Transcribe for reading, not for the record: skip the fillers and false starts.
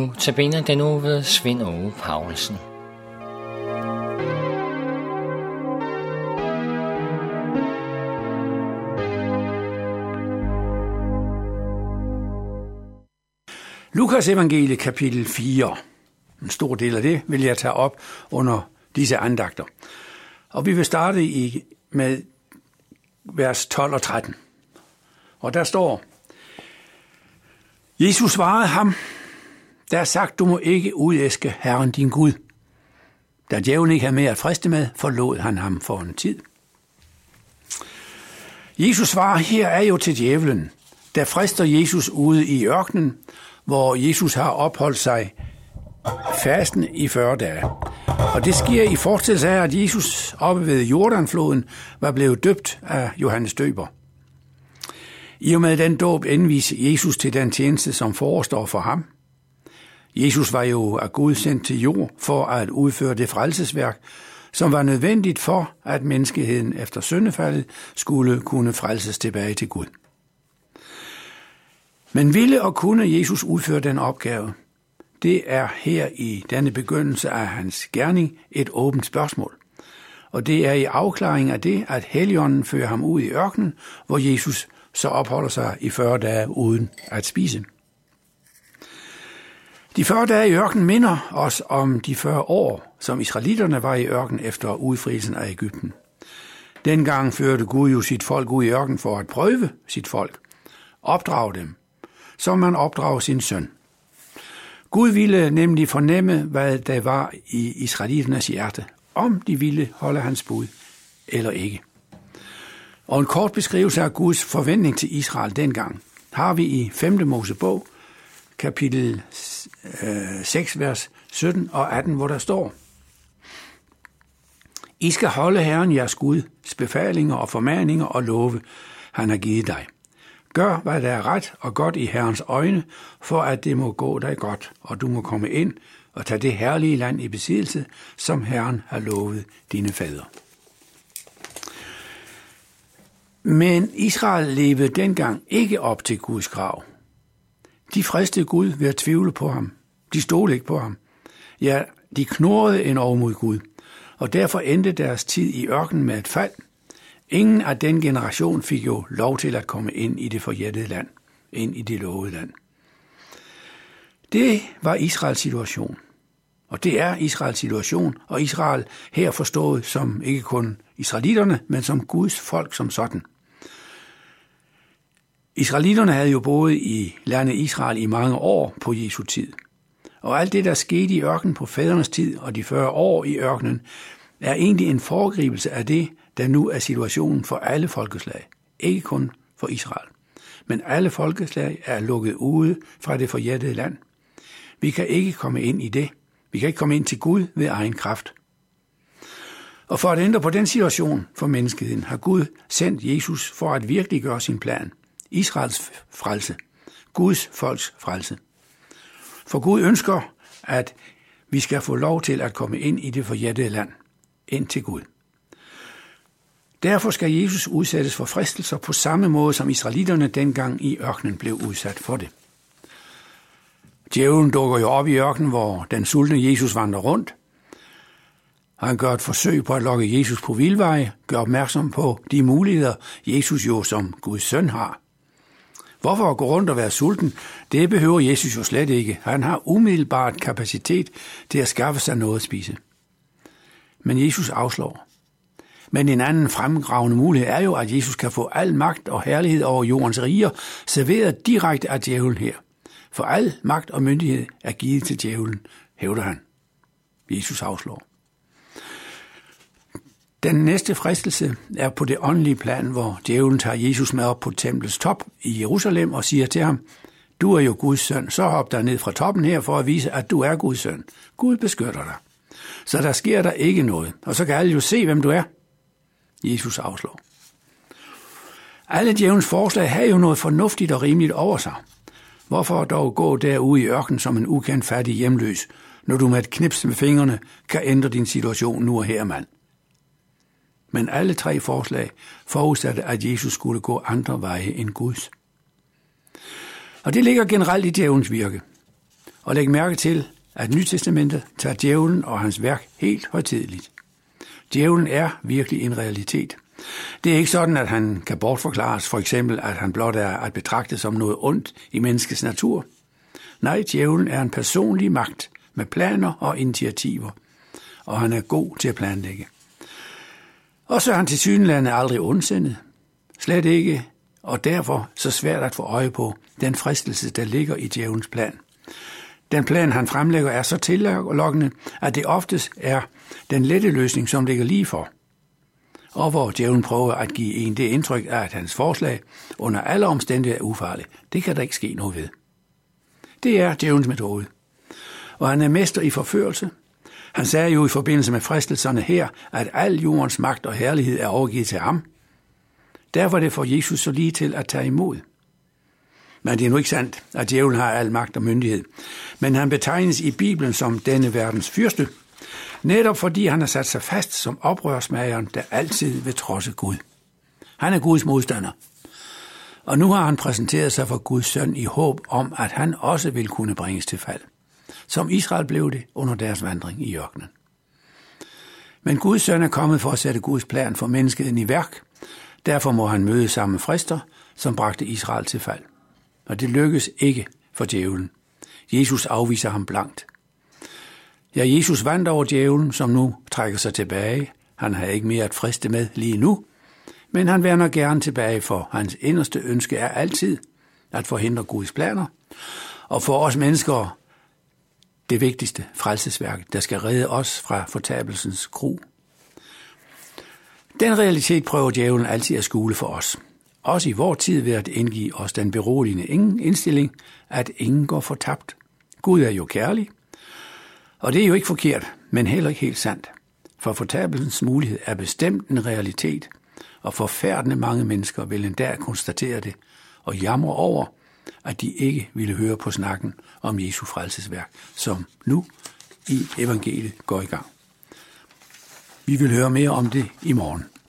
Nu tabiner den uge ved Svend Åge Paulsen. Lukas evangelie kapitel 4. En stor del af det vil jeg tage op under disse andagter. Og vi vil starte med vers 12 og 13. Og der står: Jesus svarede ham: der er sagt, du må ikke udæske Herren din Gud. Da djævlen ikke havde mere at friste med, forlod han ham for en tid. Jesus svar her er jo til djævlen, der frister Jesus ude i ørkenen, hvor Jesus har opholdt sig fasten i 40 dage. Og det sker i forestillelse af, at Jesus oppe ved Jordanfloden var blevet døbt af Johannes Døber. I og med den dåb indviser Jesus til den tjeneste, som forestår for ham. Jesus var jo af Gud sendt til jord for at udføre det frelsesværk, som var nødvendigt for, at menneskeheden efter syndefaldet skulle kunne frelses tilbage til Gud. Men ville og kunne Jesus udføre den opgave? Det er her i denne begyndelse af hans gerning et åbent spørgsmål. Og det er i afklaring af det, at Helligånden fører ham ud i ørkenen, hvor Jesus så opholder sig i 40 dage uden at spise. De 40 dage i ørkenen minder os om de 40 år, som israelitterne var i ørkenen efter udfrielsen af Egypten. Dengang førte Gud jo sit folk ud i ørkenen for at prøve sit folk, opdrage dem, som man opdrager sin søn. Gud ville nemlig fornemme, hvad der var i israelitternes hjerte, om de ville holde hans bud eller ikke. Og en kort beskrivelse af Guds forventning til Israel dengang har vi i 5. Mosebog, kapitel 6, vers 17 og 18, hvor der står: I skal holde Herren jeres Guds befalinger og formaninger og love, han har givet dig. Gør, hvad der er ret og godt i Herrens øjne, for at det må gå dig godt, og du må komme ind og tage det herlige land i besiddelse, som Herren har lovet dine fædre. Men Israel levede dengang ikke op til Guds krav. De fristede Gud ved at tvivle på ham. De stolede ikke på ham. Ja, de knurrede endog mod Gud, og derfor endte deres tid i ørkenen med et fald. Ingen af den generation fik jo lov til at komme ind i det forjættede land, ind i det lovede land. Det var Israels situation, og det er Israels situation, og Israel her forstået som ikke kun israelitterne, men som Guds folk som sådan. Israelitterne havde jo boet i landet Israel i mange år på Jesu tid, og alt det, der skete i ørkenen på fædrenes tid og de 40 år i ørkenen, er egentlig en foregribelse af det, der nu er situationen for alle folkeslag, ikke kun for Israel. Men alle folkeslag er lukket ude fra det forjættede land. Vi kan ikke komme ind i det. Vi kan ikke komme ind til Gud ved egen kraft. Og for at ændre på den situation for menneskeheden, har Gud sendt Jesus for at virkelig gøre sin plan. Israels frelse. Guds folks frelse. For Gud ønsker, at vi skal få lov til at komme ind i det forjættede land. Ind til Gud. Derfor skal Jesus udsættes for fristelser på samme måde, som israelitterne dengang i ørkenen blev udsat for det. Djævlen dukker jo op i ørkenen, hvor den sultne Jesus vandrer rundt. Han gør et forsøg på at lokke Jesus på vildveje, gør opmærksom på de muligheder, Jesus jo som Guds søn har. Hvorfor at gå rundt og være sulten, det behøver Jesus jo slet ikke. Han har umiddelbart kapacitet til at skaffe sig noget at spise. Men Jesus afslår. Men en anden fremragende mulighed er jo, at Jesus kan få al magt og herlighed over jordens riger serveret direkte af djævlen her. For al magt og myndighed er givet til djævlen, hævder han. Jesus afslår. Den næste fristelse er på det åndelige plan, hvor djævlen tager Jesus med op på templets top i Jerusalem og siger til ham: du er jo Guds søn, så hop der ned fra toppen her for at vise, at du er Guds søn. Gud beskytter dig. Så der sker der ikke noget, og så kan alle jo se, hvem du er. Jesus afslår. Alle djævelens forslag har jo noget fornuftigt og rimeligt over sig. Hvorfor dog gå derude i ørkenen som en ukendt fattig hjemløs, når du med et knips med fingrene kan ændre din situation nu og her, mand? Men alle 3 forslag forudsatte, at Jesus skulle gå andre veje end Guds. Og det ligger generelt i djævelens virke. Og læg mærke til, at Nytestamentet tager djævlen og hans værk helt højtideligt. Djævlen er virkelig en realitet. Det er ikke sådan, at han kan bortforklares, for eksempel at han blot er at betragte som noget ondt i menneskets natur. Nej, djævlen er en personlig magt med planer og initiativer, og han er god til at planlægge. Og så er han tilsyneladende aldrig ondsindet. Slet ikke, og derfor så svært at få øje på den fristelse, der ligger i djævelens plan. Den plan, han fremlægger, er så tillokkende, at det oftest er den lette løsning, som ligger lige for. Og hvor djævlen prøver at give en det indtryk af, at hans forslag under alle omstændigheder er ufarligt. Det kan der ikke ske noget ved. Det er djævelens metode. Og han er mester i forførelse. Han sagde jo i forbindelse med fristelserne her, at al jordens magt og herlighed er overgivet til ham. Derfor er det for Jesus så lige til at tage imod. Men det er nu ikke sandt, at djævlen har al magt og myndighed. Men han betegnes i Bibelen som denne verdens fyrste, netop fordi han har sat sig fast som oprørsmageren, der altid vil trodse Gud. Han er Guds modstander. Og nu har han præsenteret sig for Guds søn i håb om, at han også vil kunne bringes til fald, som Israel blev det under deres vandring i ørkenen. Men Guds søn er kommet for at sætte Guds plan for menneskeheden i værk. Derfor må han møde samme frister, som bragte Israel til fald. Og det lykkes ikke for djævlen. Jesus afviser ham blankt. Ja, Jesus vandt over djævlen, som nu trækker sig tilbage. Han har ikke mere at friste med lige nu, men han vender gerne tilbage, for hans inderste ønske er altid at forhindre Guds planer. Og for os mennesker det vigtigste frelsesværk, der skal redde os fra fortabelsens gru. Den realitet prøver djævlen altid at skjule for os. Også i vor tid ved at indgive os den beroligende indstilling, at ingen går fortabt. Gud er jo kærlig, og det er jo ikke forkert, men heller ikke helt sandt. For fortabelsens mulighed er bestemt en realitet, og forfærdende mange mennesker vil endda konstatere det og jamre over, at de ikke ville høre på snakken om Jesu frelsesværk, som nu i evangeliet går i gang. Vi vil høre mere om det i morgen.